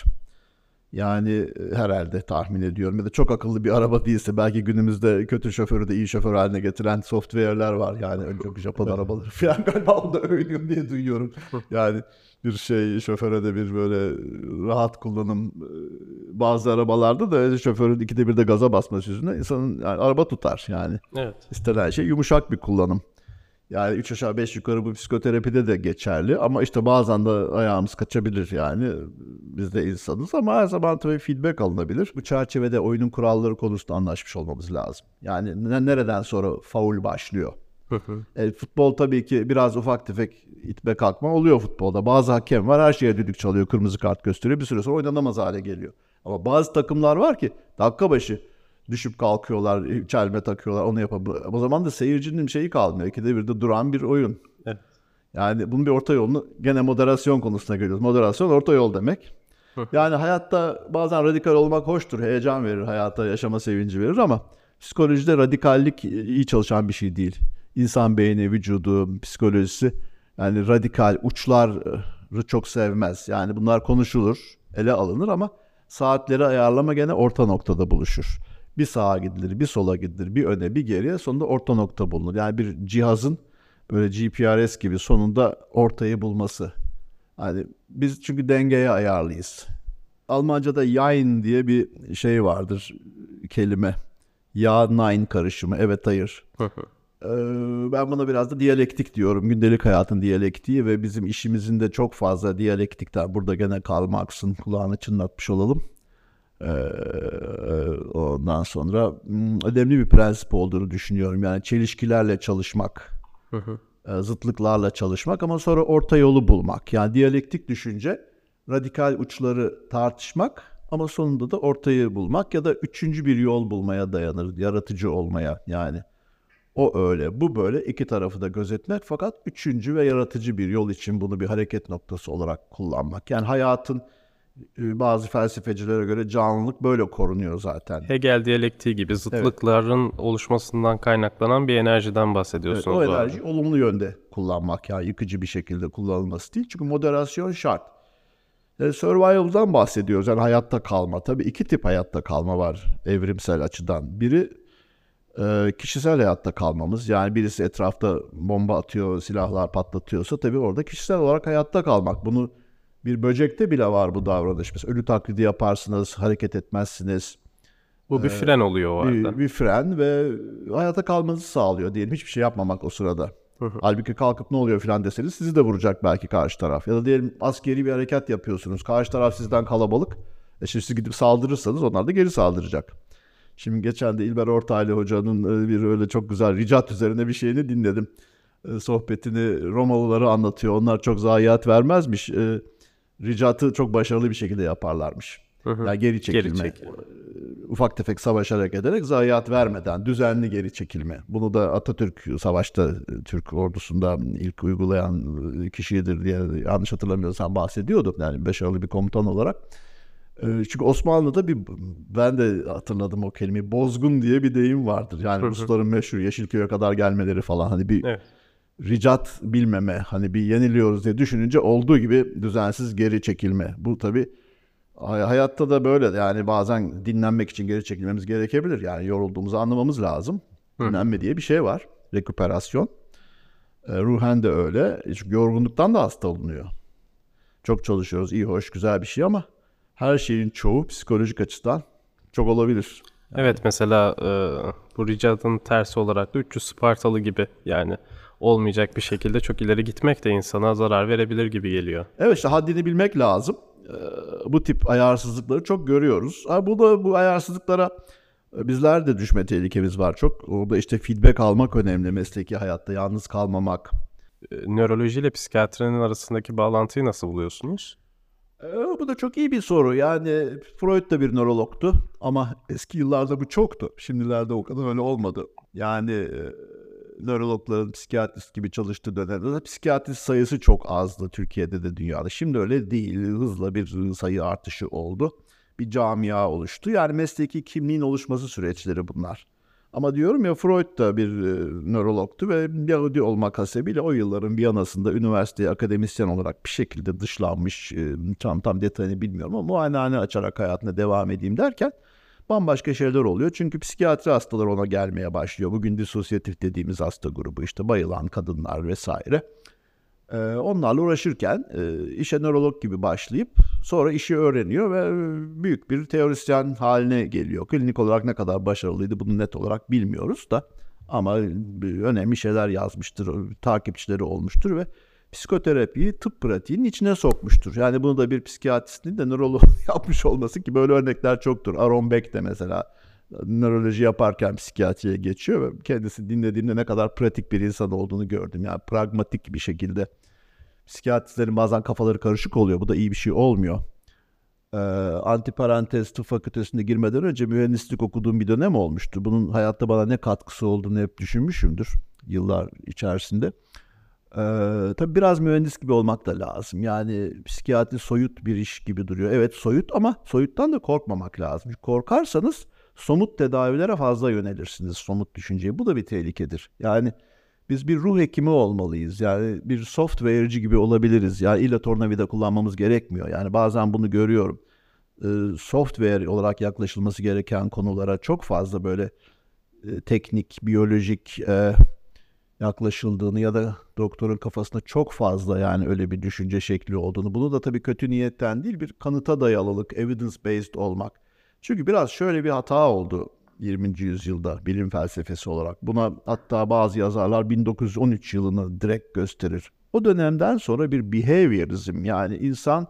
Yani herhalde tahmin ediyorum, ya da çok akıllı bir araba değilse belki günümüzde kötü şoförü de iyi şoför haline getiren software'ler var. Yani önce Japon arabaları falan galiba onda övünüyor diye duyuyorum. Yani bir şey, şoföre de bir böyle rahat kullanım, bazı arabalarda da şoförün ikide bir de gaza basması yüzünden insanın yani araba tutar yani. Evet. İstenen şey yumuşak bir kullanım. Yani üç aşağı beş yukarı bu psikoterapide de geçerli ama işte bazen de ayağımız kaçabilir yani. Biz de insanız ama her zaman tabii feedback alınabilir. Bu çerçevede oyunun kuralları konusunda anlaşmış olmamız lazım. Yani nereden sonra faul başlıyor? e, futbol tabii ki biraz ufak tefek itme kalkma oluyor futbolda. Bazı hakem var, her şeye düdük çalıyor, kırmızı kart gösteriyor. Bir süre sonra oynanamaz hale geliyor. Ama bazı takımlar var ki dakika başı düşüp kalkıyorlar, çelme takıyorlar, onu yapabiliyor. O zaman da seyircinin şeyi kalmıyor. İkide bir de duran bir oyun. Evet. Yani bunun bir orta yolunu, gene moderasyon konusuna geliyoruz. Moderasyon orta yol demek. Yani hayatta bazen radikal olmak hoştur. Heyecan verir, hayata yaşama sevinci verir ama psikolojide radikallik iyi çalışan bir şey değil. İnsan beyni, vücudu, psikolojisi yani radikal uçları çok sevmez. Yani bunlar konuşulur, ele alınır ama saatleri ayarlama gene orta noktada buluşur. Bir sağa gidilir, bir sola gidilir, bir öne, bir geriye, sonunda orta nokta bulunur. Yani bir cihazın böyle G P R S gibi sonunda ortayı bulması. Yani biz çünkü dengeye ayarlıyız. Almanca'da Jein diye bir şey vardır, kelime. Ya, nein karışımı, evet hayır. Ee, ben buna biraz da diyalektik diyorum. Gündelik hayatın diyalektiği ve bizim işimizin de çok fazla diyalektikten. Burada gene Karl Marx'ın kulağını çınlatmış olalım. Ee, ondan sonra önemli bir prensip olduğunu düşünüyorum. Yani çelişkilerle çalışmak, hı hı. zıtlıklarla çalışmak ama sonra orta yolu bulmak. Yani diyalektik düşünce radikal uçları tartışmak ama sonunda da ortayı bulmak ya da üçüncü bir yol bulmaya dayanır. Yaratıcı olmaya yani. O öyle, bu böyle, iki tarafı da gözetmek fakat üçüncü ve yaratıcı bir yol için bunu bir hareket noktası olarak kullanmak. Yani hayatın bazı felsefecilere göre canlılık böyle korunuyor zaten. Hegel diyalektiği gibi zıtlıkların evet. oluşmasından kaynaklanan bir enerjiden bahsediyorsunuz. Evet, o enerjiyi olumlu yönde kullanmak, yani yıkıcı bir şekilde kullanılması değil. Çünkü moderasyon şart. Yani survival'dan bahsediyoruz, yani hayatta kalma. Tabii iki tip hayatta kalma var evrimsel açıdan. Biri kişisel hayatta kalmamız, yani birisi etrafta bomba atıyor, silahlar patlatıyorsa tabii orada kişisel olarak hayatta kalmak. Bunu bir böcekte bile var bu davranış. Mesela ölü taklidi yaparsınız, hareket etmezsiniz. Bu bir fren oluyor o arada. Bir, bir fren ve hayatta kalmanızı sağlıyor diyelim. Hiçbir şey yapmamak o sırada. Hı hı. Halbuki kalkıp ne oluyor falan deseniz sizi de vuracak belki karşı taraf. Ya da diyelim askeri bir hareket yapıyorsunuz. Karşı taraf sizden kalabalık. E şimdi siz gidip saldırırsanız onlar da geri saldıracak. Şimdi geçen de İlber Ortaylı Hoca'nın bir öyle çok güzel ricat üzerine bir şeyini dinledim. Sohbetini Romalıları anlatıyor. Onlar çok zayiat vermezmiş. Ricatı çok başarılı bir şekilde yaparlarmış. Hı hı. Yani geri çekilme. Geri çekilme. Ufak tefek savaşarak ederek zayiat vermeden düzenli geri çekilme. Bunu da Atatürk savaşta Türk ordusunda ilk uygulayan kişidir diye yanlış hatırlamıyorsam bahsediyordu. Yani başarılı bir komutan olarak. Çünkü Osmanlı'da bir, ben de hatırladım o kelimeyi, bozgun diye bir deyim vardır. Yani hı hı. Rusların meşhur Yeşilköy'e kadar gelmeleri falan, hani bir evet. ricat bilmeme, hani bir yeniliyoruz diye düşününce olduğu gibi düzensiz geri çekilme. Bu tabii hayatta da böyle, yani bazen dinlenmek için geri çekilmemiz gerekebilir. Yani yorulduğumuzu anlamamız lazım. Hı. Dinlenme diye bir şey var, reküperasyon. E, ruhen de öyle. Çünkü yorgunluktan da hasta olunuyor. Çok çalışıyoruz, iyi hoş güzel bir şey ama her şeyin çoğu psikolojik açıdan çok olabilir. Yani. Evet, mesela e, bu ricadın tersi olarak da üç yüz Spartalı gibi, yani olmayacak bir şekilde çok ileri gitmek de insana zarar verebilir gibi geliyor. Evet, işte haddini bilmek lazım. E, bu tip ayarsızlıkları çok görüyoruz. Ha, bu da bu ayarsızlıklara e, bizler de düşme tehlikemiz var çok. Orada işte feedback almak önemli mesleki hayatta, yalnız kalmamak. E, nöroloji ile psikiyatrinin arasındaki bağlantıyı nasıl buluyorsunuz? Ee, bu da çok iyi bir soru. Yani Freud da bir nörologtu ama eski yıllarda bu çoktu. Şimdilerde o kadar öyle olmadı. Yani e, nörologların psikiyatrist gibi çalıştığı dönemde de psikiyatrist sayısı çok azdı Türkiye'de de dünyada. Şimdi öyle değil. Hızla bir sayı artışı oldu. Bir camia oluştu. Yani mesleki kimliğin oluşması süreçleri bunlar. Ama diyorum ya, Freud da bir e, nörologtu ve Yahudi olmak hasebiyle o yılların Viyana'sında üniversiteye akademisyen olarak bir şekilde dışlanmış. E, tam tam detayını bilmiyorum ama muayenehane açarak hayatına devam edeyim derken bambaşka şeyler oluyor. Çünkü psikiyatri hastaları ona gelmeye başlıyor. Bugün disosyatif dediğimiz hasta grubu, işte bayılan kadınlar vesaire. E, onlarla uğraşırken e, işe nörolog gibi başlayıp sonra işi öğreniyor ve büyük bir teorisyen haline geliyor. Klinik olarak ne kadar başarılıydı bunu net olarak bilmiyoruz da ama önemli şeyler yazmıştır, takipçileri olmuştur ve psikoterapiyi tıp pratiğinin içine sokmuştur. Yani bunu da bir psikiyatristin de nörolog yapmış olması, ki böyle örnekler çoktur. Aaron Beck de mesela nöroloji yaparken psikiyatriye geçiyor ve kendisi dinlediğimde ne kadar pratik bir insan olduğunu gördüm. Yani pragmatik bir şekilde. Psikiyatristlerin bazen kafaları karışık oluyor. Bu da iyi bir şey olmuyor. Ee, antiparantez tıp fakültesine girmeden önce mühendislik okuduğum bir dönem olmuştu. Bunun hayatta bana ne katkısı olduğunu hep düşünmüşümdür yıllar içerisinde. Ee, tabii biraz mühendis gibi olmak da lazım. Yani psikiyatri soyut bir iş gibi duruyor. Evet soyut ama soyuttan da korkmamak lazım. Çünkü korkarsanız somut tedavilere fazla yönelirsiniz, somut düşünceye. Bu da bir tehlikedir. Yani biz bir ruh hekimi olmalıyız. Yani bir software'ci gibi olabiliriz. Yani illa tornavida kullanmamız gerekmiyor. Yani bazen bunu görüyorum. Ee, software olarak yaklaşılması gereken konulara çok fazla böyle e, teknik, biyolojik, e, yaklaşıldığını ya da doktorun kafasında çok fazla yani öyle bir düşünce şekli olduğunu. Bunu da tabii kötü niyetten değil, bir kanıta dayalılık, evidence based olmak. Çünkü biraz şöyle bir hata oldu yirminci yüzyılda bilim felsefesi olarak. Buna hatta bazı yazarlar bin dokuz yüz on üç yılını direkt gösterir. O dönemden sonra bir behaviorizm, yani insan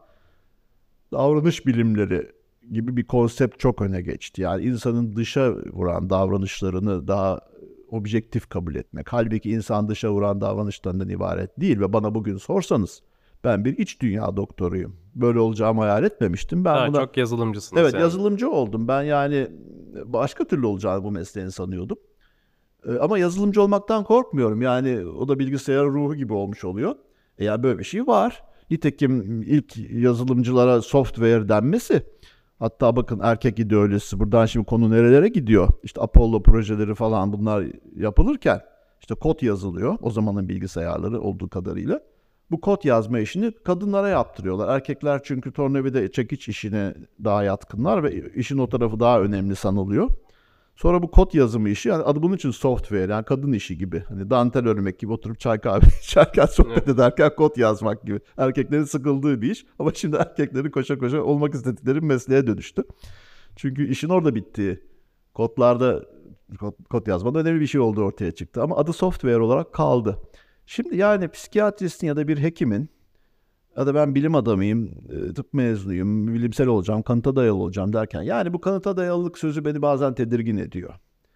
davranış bilimleri gibi bir konsept çok öne geçti. Yani insanın dışa vuran davranışlarını daha objektif kabul etmek. Halbuki insan dışa vuran davranışlarından ibaret değil ve bana bugün sorsanız ben bir iç dünya doktoruyum. Böyle olacağımı hayal etmemiştim. Ben Daha buna... çok yazılımcısınız Evet, yani. yazılımcı oldum. Ben yani başka türlü olacağını bu mesleğin sanıyordum. Ama yazılımcı olmaktan korkmuyorum. Yani o da bilgisayarın ruhu gibi olmuş oluyor. E yani böyle bir şey var. Nitekim ilk yazılımcılara software denmesi, hatta bakın erkek ideolojisi, buradan şimdi konu nerelere gidiyor? İşte Apollo projeleri falan bunlar yapılırken işte kod yazılıyor. O zamanın bilgisayarları olduğu kadarıyla. Bu kod yazma işini kadınlara yaptırıyorlar. Erkekler çünkü tornavida çekiç işine daha yatkınlar ve işin o tarafı daha önemli sanılıyor. Sonra bu kod yazımı işi, yani adı bunun için software, yani kadın işi gibi. Hani dantel örmek gibi, oturup çay kahve içerken sohbet evet. ederken kod yazmak gibi. Erkeklerin sıkıldığı bir iş ama şimdi erkeklerin koşa koşa olmak istedikleri mesleğe dönüştü. Çünkü işin orada bittiği, kodlarda kod, kod yazmada önemli bir şey olduğu ortaya çıktı. Ama adı software olarak kaldı. Şimdi yani psikiyatristin ya da bir hekimin ya da ben bilim adamıyım, tıp mezunuyum, bilimsel olacağım, kanıta dayalı olacağım derken, yani bu kanıta dayalılık sözü beni bazen tedirgin ediyor.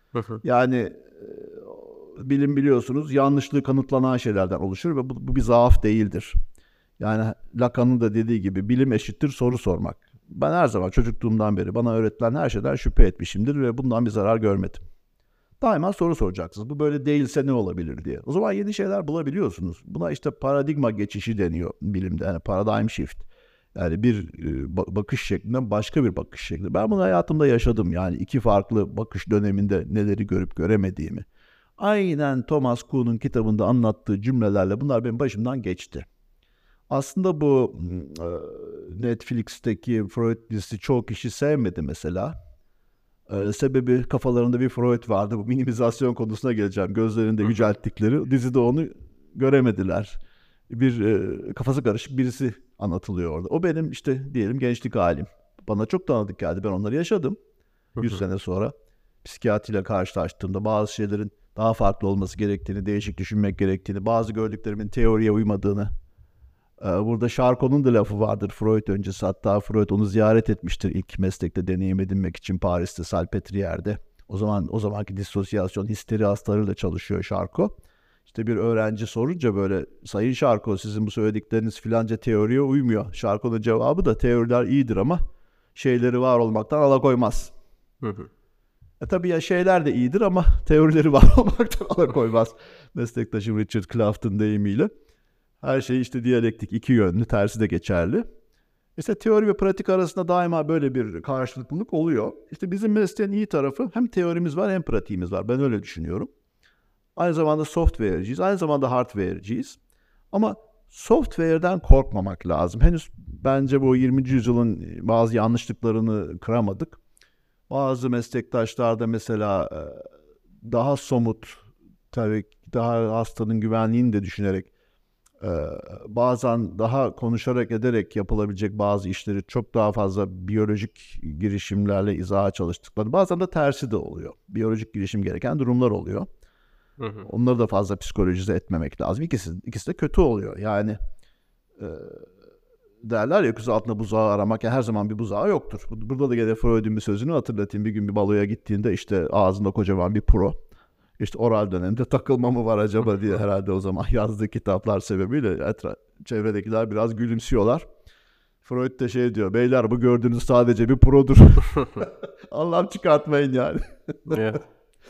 Yani bilim biliyorsunuz yanlışlığı kanıtlanan şeylerden oluşur ve bu, bu bir zaaf değildir. Yani Lacan'ın da dediği gibi bilim eşittir soru sormak. Ben her zaman çocukluğumdan beri bana öğretilen her şeyden şüphe etmişimdir ve bundan bir zarar görmedim. Daima soru soracaksınız. Bu böyle değilse ne olabilir diye. O zaman yeni şeyler bulabiliyorsunuz. Buna işte paradigma geçişi deniyor bilimde. Yani paradigm shift. Yani bir bakış şeklinden başka bir bakış şekli. Ben bunu hayatımda yaşadım. Yani iki farklı bakış döneminde neleri görüp göremediğimi. Aynen Thomas Kuhn'un kitabında anlattığı cümlelerle bunlar benim başımdan geçti. Aslında bu Netflix'teki Freud dizisi çoğu kişi sevmedi mesela. Ee, sebebi kafalarında bir Freud vardı. Bu minimizasyon konusuna geleceğim. Gözlerinde yücelttikleri. Dizide onu göremediler. Bir e, kafası karışık birisi anlatılıyor orada. O benim işte diyelim gençlik halim. Bana çok tanıdık geldi. Ben onları yaşadım. yüz sene sonra psikiyatriyle karşılaştığımda bazı şeylerin daha farklı olması gerektiğini, değişik düşünmek gerektiğini, bazı gördüklerimin teoriye uymadığını. Burada Charcot'un da lafı vardır Freud öncesi. Hatta Freud onu ziyaret etmiştir ilk meslekte deneyim edinmek için Paris'te, Salpêtrière'de. O zaman o zamanki disosyasyon, histeri hastalarıyla çalışıyor Charcot. İşte bir öğrenci sorunca böyle, Sayın Charcot sizin bu söyledikleriniz filanca teoriye uymuyor. Charcot'un cevabı da teoriler iyidir ama şeyleri var olmaktan alakoymaz. Hı hı. E tabii ya şeyler de iyidir ama teorileri var olmaktan alakoymaz. Meslektaşım Richard Clapton deyimiyle. Her şey işte diyalektik, iki yönlü, tersi de geçerli. İşte teori ve pratik arasında daima böyle bir karşılıklılık oluyor. İşte bizim mesleğin iyi tarafı hem teorimiz var hem pratiğimiz var. Ben öyle düşünüyorum. Aynı zamanda software'ciyiz, aynı zamanda hardware'ciyiz. Ama software'den korkmamak lazım. Henüz bence bu yirminci yüzyılın bazı yanlışlıklarını kıramadık. Bazı meslektaşlarda mesela daha somut, tabii daha hastanın güvenliğini de düşünerek, Ee, bazen daha konuşarak ederek yapılabilecek bazı işleri çok daha fazla biyolojik girişimlerle izaha çalıştıkları, bazen de tersi de oluyor. Biyolojik girişim gereken durumlar oluyor. Hı hı. Onları da fazla psikolojize etmemek lazım. İkisi, ikisi de kötü oluyor. Yani e, derler ya kuzu altında buzağı aramak, yani her zaman bir buzağı yoktur. Burada da gene Freud'un bir sözünü hatırlatayım. Bir gün bir baloya gittiğinde işte ağzında kocaman bir pro. İşte oral dönemde takılma mı var acaba diye herhalde o zaman yazdığı kitaplar sebebiyle etra- çevredekiler biraz gülümsüyorlar. Freud de şey diyor, beyler bu gördüğünüz sadece bir produr. Allah'ım çıkartmayın yani. Evet.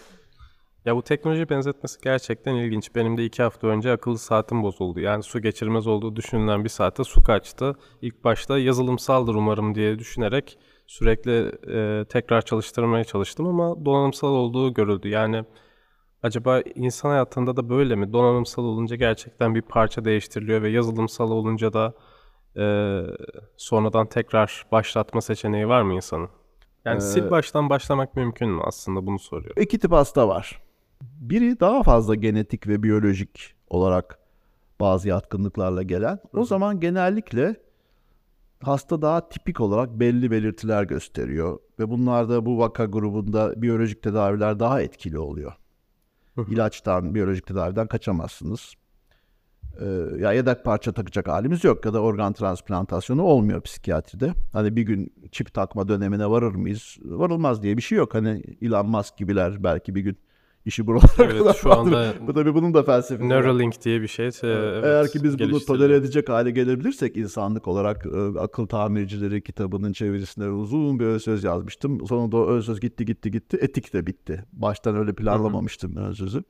Ya bu teknoloji benzetmesi gerçekten ilginç. Benim de iki hafta önce akıllı saatim bozuldu. Yani su geçirmez olduğu düşünülen bir saate su kaçtı. İlk başta yazılımsaldır umarım diye düşünerek sürekli e, tekrar çalıştırmaya çalıştım ama donanımsal olduğu görüldü. Yani acaba insan hayatında da böyle mi? Donanımsal olunca gerçekten bir parça değiştiriliyor ve yazılımsal olunca da e, sonradan tekrar başlatma seçeneği var mı insanın? Yani ee, sil baştan başlamak mümkün mü aslında, bunu soruyorum. İki tip hasta var. Biri daha fazla genetik ve biyolojik olarak bazı yatkınlıklarla gelen. O zaman genellikle hasta daha tipik olarak belli belirtiler gösteriyor. Ve bunlarda bu vaka grubunda biyolojik tedaviler daha etkili oluyor. İlaçtan, biyolojik tedaviden kaçamazsınız. Ee, ya yedek parça takacak halimiz yok ya da organ transplantasyonu olmuyor psikiyatride. Hani bir gün çip takma dönemine varır mıyız? Varılmaz diye bir şey yok. Hani Elon Musk gibiler belki bir gün işi buralara Evet, kadar şu anda vardır. Bu tabii bunun da felsefesi. Neuralink diye bir şey. E, evet, Eğer ki biz bunu geliştiriliyor. tolere edecek hale gelebilirsek insanlık olarak e, Akıl Tamircileri kitabının çevirisinde uzun bir ön söz yazmıştım. Sonunda o ön söz gitti gitti gitti. Etik de bitti. Baştan öyle planlamamıştım ön sözü.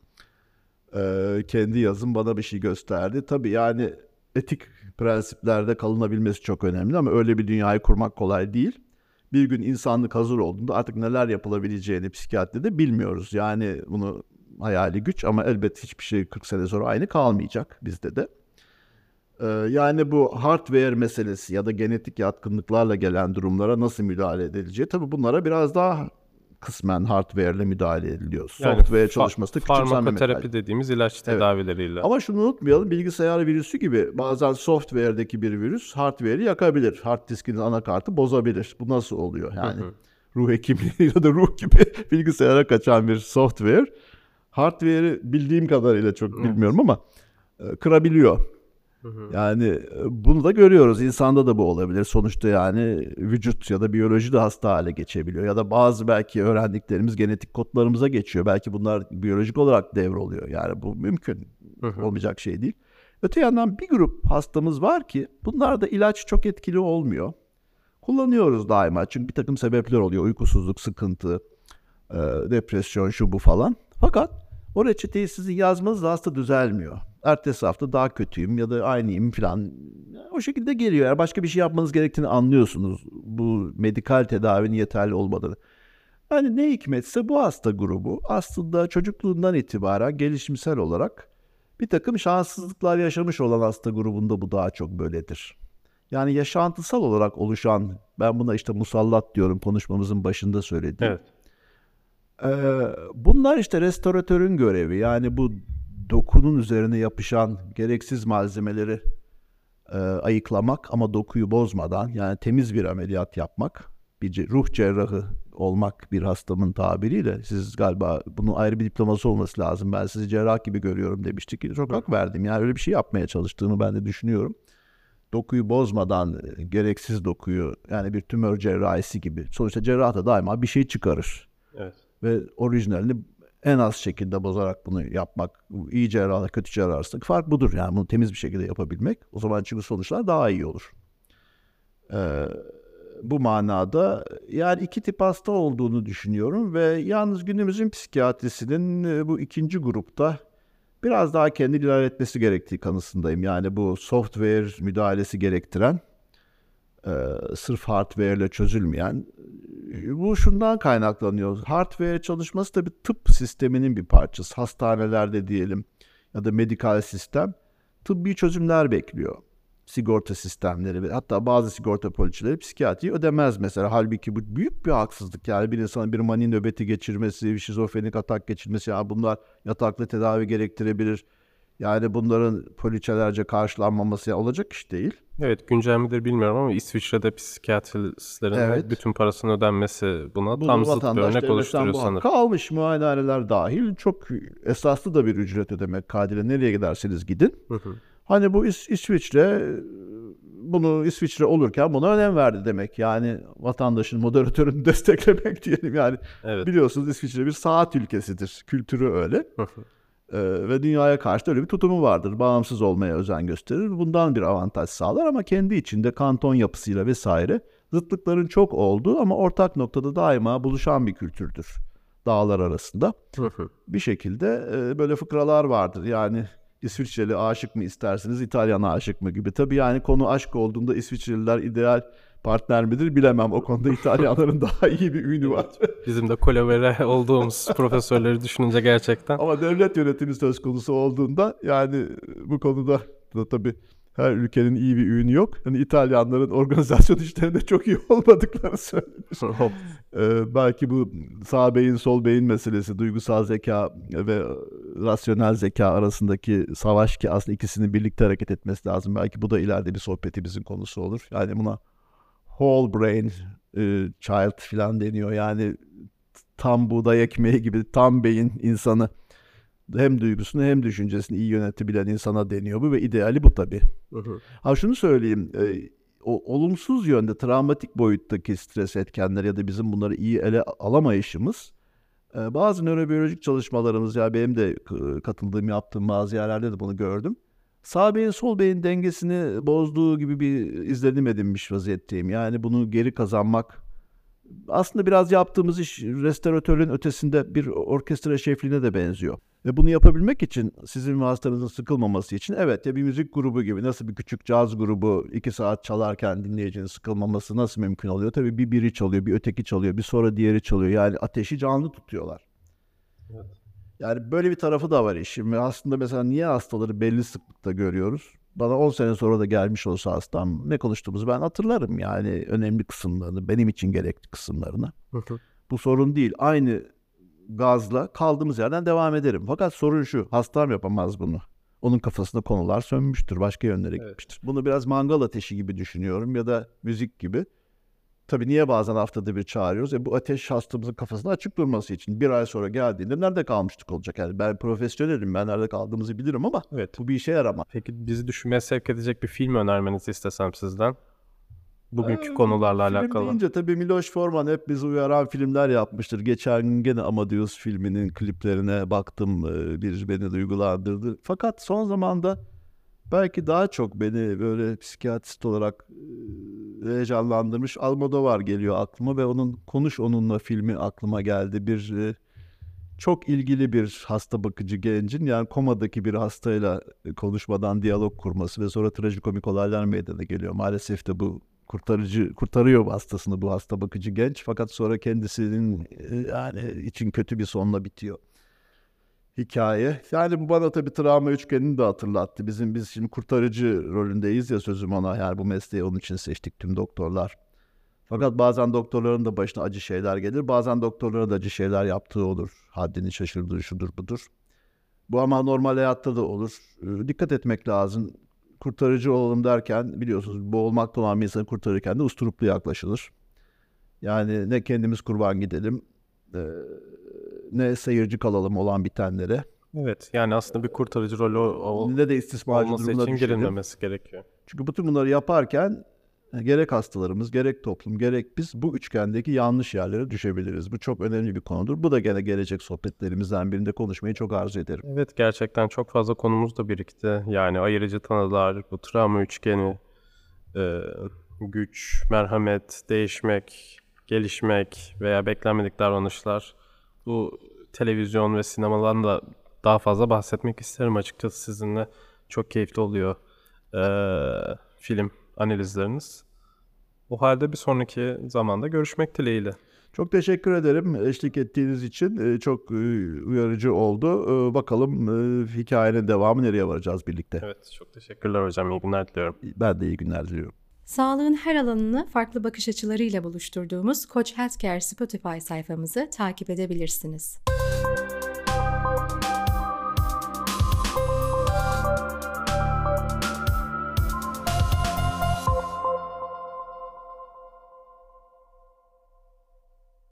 E, kendi yazım bana bir şey gösterdi. Tabii yani etik prensiplerde kalınabilmesi çok önemli ama öyle bir dünyayı kurmak kolay değil. Bir gün insanlık hazır olduğunda artık neler yapılabileceğini psikiyatride bilmiyoruz. Yani bunu hayali güç ama elbette hiçbir şey kırk sene sonra aynı kalmayacak bizde de. Ee, yani bu hardware meselesi ya da genetik yatkınlıklarla gelen durumlara nasıl müdahale edileceği, tabii bunlara biraz daha kısmen hardware ile müdahale ediliyor. Yani Software fa- çalışması da küçümsenmemek farmakoterapi lazım. dediğimiz ilaç tedavileriyle. Ama şunu unutmayalım, bilgisayar virüsü gibi bazen software'deki bir virüs hardware'i yakabilir. Hard diskinin anakartı bozabilir. Bu nasıl oluyor? Yani ruh hekimliği ya da ruh gibi bilgisayara kaçan bir software hardware'i bildiğim kadarıyla çok Evet. bilmiyorum ama e, kırabiliyor. Yani e, bunu da görüyoruz. İnsanda da bu olabilir. Sonuçta yani vücut ya da biyoloji de hasta hale geçebiliyor. Ya da bazı belki öğrendiklerimiz genetik kodlarımıza geçiyor. Belki bunlar biyolojik olarak devroluyor. Yani bu mümkün. Olmayacak şey değil. Öte yandan bir grup hastamız var ki bunlarda ilaç çok etkili olmuyor. Kullanıyoruz daima. Çünkü bir takım sebepler oluyor. Uykusuzluk, sıkıntı, e, depresyon, şu bu falan. Fakat o reçeteyi sizin yazmanızla hasta düzelmiyor. Ertesi hafta daha kötüyüm ya da aynıyım falan. O şekilde geliyor. Eğer başka bir şey yapmanız gerektiğini anlıyorsunuz. Bu medikal tedavinin yeterli olmadığını. Yani ne hikmetse bu hasta grubu aslında çocukluğundan itibaren gelişimsel olarak bir takım şanssızlıklar yaşamış olan hasta grubunda bu daha çok böyledir. Yani yaşantısal olarak oluşan, ben buna işte musallat diyorum, konuşmamızın başında söylediğim. Evet. Ee, bunlar işte restoratörün görevi. Yani bu dokunun üzerine yapışan gereksiz malzemeleri e, ayıklamak ama dokuyu bozmadan, yani temiz bir ameliyat yapmak. Bir ruh cerrahı olmak bir hastamın tabiriyle. Siz galiba bunun ayrı bir diploması olması lazım. Ben sizi cerrah gibi görüyorum demiştik. Çok hak verdim. Yani öyle bir şey yapmaya çalıştığını ben de düşünüyorum. Dokuyu bozmadan gereksiz dokuyu, yani bir tümör cerrahisi gibi. Sonuçta cerrah da daima bir şey çıkarır. Evet. Ve orijinalini en az şekilde bozarak bunu yapmak, iyi cerrahla kötü cerrah arasındaki fark budur. Yani bunu temiz bir şekilde yapabilmek. O zaman çünkü sonuçlar daha iyi olur. Ee, bu manada yani iki tip hasta olduğunu düşünüyorum ve yalnız günümüzün psikiyatrisinin bu ikinci grupta biraz daha kendini ilerletmesi gerektiği kanısındayım. Yani bu software müdahalesi gerektiren, e, sırf hardware ile çözülmeyen, bu şundan kaynaklanıyor. Hardware çalışması da bir tıp sisteminin bir parçası. Hastanelerde diyelim ya da medikal sistem tıbbi çözümler bekliyor. Sigorta sistemleri ve hatta bazı sigorta poliçeleri psikiyatriyi ödemez mesela. Halbuki bu büyük bir haksızlık. Yani bir insanın bir mani nöbeti geçirmesi, bir şizofrenik atak geçirmesi, yani bunlar yataklı tedavi gerektirebilir. Yani bunların poliçelerce karşılanmaması olacak iş değil. Evet, güncel midir bilmiyorum ama İsviçre'de psikiyatristlerin Evet. bütün parasının ödenmesi buna Bunu tam zıt bir vatandaş örnek devletten oluşturuyor bu sanırım. hakkı almış, muayenehaneler dahil çok esaslı da bir ücret ödemek kaydıyla nereye giderseniz gidin. Hı hı. Hani bu İs- İsviçre bunu İsviçre olurken buna önem verdi demek. Yani vatandaşın, moderatörünü desteklemek diyelim yani. Evet. Biliyorsunuz İsviçre bir saat ülkesidir. Kültürü öyle. Hı hı. Ee, ve dünyaya karşı da öyle bir tutumu vardır. Bağımsız olmaya özen gösterir. Bundan bir avantaj sağlar ama kendi içinde kanton yapısıyla vesaire zıtlıkların çok olduğu ama ortak noktada daima buluşan bir kültürdür dağlar arasında. Hı hı. Bir şekilde e, böyle fıkralar vardır. Yani İsviçreli aşık mı istersiniz, İtalyan aşık mı gibi. Tabii yani konu aşk olduğunda İsviçreliler ideal partner midir bilemem. O konuda İtalyanların daha iyi bir ünü var. Bizim de kolabore olduğumuz profesörleri düşününce gerçekten. Ama devlet yönetimi söz konusu olduğunda yani bu konuda da tabii her ülkenin iyi bir ünü yok. Yani İtalyanların organizasyon işlerinde çok iyi olmadıkları söylenir. ee, belki bu sağ beyin sol beyin meselesi, duygusal zeka ve rasyonel zeka arasındaki savaş ki aslında ikisinin birlikte hareket etmesi lazım. Belki bu da ileride bir sohbetimizin konusu olur. Yani buna whole brain e, child falan deniyor. Yani tam buğday ekmeği gibi tam beyin insanı. Hem duygusunu hem düşüncesini iyi yönetebilen insana deniyor bu ve ideali bu tabii. Hı hı. Ha şunu söyleyeyim, e, o olumsuz yönde travmatik boyuttaki stres etkenler ya da bizim bunları iyi ele alamayışımız e, bazı nörobiyolojik çalışmalarımız, ya benim de katıldığım yaptığım bazı yerlerde de bunu gördüm. Sağ beyin sol beyin dengesini bozduğu gibi bir izlenim edinmiş vaziyetteyim. Yani bunu geri kazanmak aslında biraz yaptığımız iş restoratörün ötesinde bir orkestra şefliğine de benziyor. Ve bunu yapabilmek için sizin ve hastanızın sıkılmaması için evet ya bir müzik grubu gibi nasıl bir küçük caz grubu iki saat çalarken dinleyicinin sıkılmaması nasıl mümkün oluyor? Tabii bir biri çalıyor, bir öteki çalıyor, bir sonra diğeri çalıyor. Yani ateşi canlı tutuyorlar. Evet. Yani böyle bir tarafı da var işin. Ve aslında mesela niye hastaları belli sıklıkta görüyoruz? Bana on sene sonra da gelmiş olsa hastam ne konuştuğumuzu ben hatırlarım. Yani önemli kısımlarını, benim için gerekli kısımlarını. Hı hı. Bu sorun değil. Aynı gazla kaldığımız yerden devam ederim. Fakat sorun şu, hastam yapamaz bunu. Onun kafasında konular sönmüştür, başka yönlere evet. gitmiştir. Bunu biraz mangal ateşi gibi düşünüyorum ya da müzik gibi. Tabii niye bazen haftada bir çağırıyoruz? E bu ateş hastamızın kafasında açık durması için bir ay sonra geldiğinde nerede kalmıştık olacak? Yani ben profesyonelim, ben nerede kaldığımızı bilirim ama evet. bu bir işe yaramaz. Peki bizi düşünmeye sevk edecek bir film önermenizi istesem sizden? Bugünkü ee, konularla film alakalı. Film deyince tabii Miloš Forman hep bizi uyaran filmler yapmıştır. Geçen gün gene Amadeus filminin kliplerine baktım. Bir beni duygulandırdı. Fakat son zamanda belki daha çok beni böyle psikiyatrist olarak heyecanlandırmış Almodovar geliyor aklıma ve onun Konuş Onunla filmi aklıma geldi. Bir çok ilgili bir hasta bakıcı gencin, yani komadaki bir hastayla konuşmadan diyalog kurması ve sonra trajikomik olaylar meydana geliyor. Maalesef de bu kurtarıcı kurtarıyor hastasını bu hasta bakıcı genç, fakat sonra kendisinin yani için kötü bir sonla bitiyor hikaye. Yani bu bana tabii travma üçgenini de hatırlattı. Bizim biz şimdi kurtarıcı rolündeyiz ya, sözüm ona. Yani bu mesleği onun için seçtik tüm doktorlar. Fakat bazen doktorların da başına acı şeyler gelir. Bazen doktorların da acı şeyler yaptığı olur. Haddini şaşırdığı şudur budur. Bu ama normal hayatta da olur. Ee, dikkat etmek lazım. Kurtarıcı olalım derken biliyorsunuz boğulmakta olan bir insanı kurtarırken de usturuplu yaklaşılır. Yani ne kendimiz kurban gidelim e, ne seyirci kalalım olan bitenlere. Evet, yani aslında bir kurtarıcı rolü o, ne de istismarcı olması durumuna için düşelim. girilmemesi gerekiyor. Çünkü bütün bunları yaparken gerek hastalarımız, gerek toplum, gerek biz bu üçgendeki yanlış yerlere düşebiliriz. Bu çok önemli bir konudur. Bu da gene gelecek sohbetlerimizden birinde konuşmayı çok arzu ederim. Evet, gerçekten çok fazla konumuz da birikti. Yani ayırıcı tanılar, bu travma üçgeni, e, güç, merhamet, değişmek, gelişmek veya beklenmedik davranışlar. Bu televizyon ve sinemadan da daha fazla bahsetmek isterim açıkçası sizinle. Çok keyifli oluyor e, film analizleriniz. O halde bir sonraki zamanda görüşmek dileğiyle. Çok teşekkür ederim eşlik ettiğiniz için. Çok uyarıcı oldu. Bakalım hikayenin devamı nereye varacağız birlikte. Evet, çok teşekkürler hocam. İyi günler diliyorum. Ben de iyi günler diliyorum. Sağlığın her alanını farklı bakış açılarıyla buluşturduğumuz Koç Healthcare Spotify sayfamızı takip edebilirsiniz.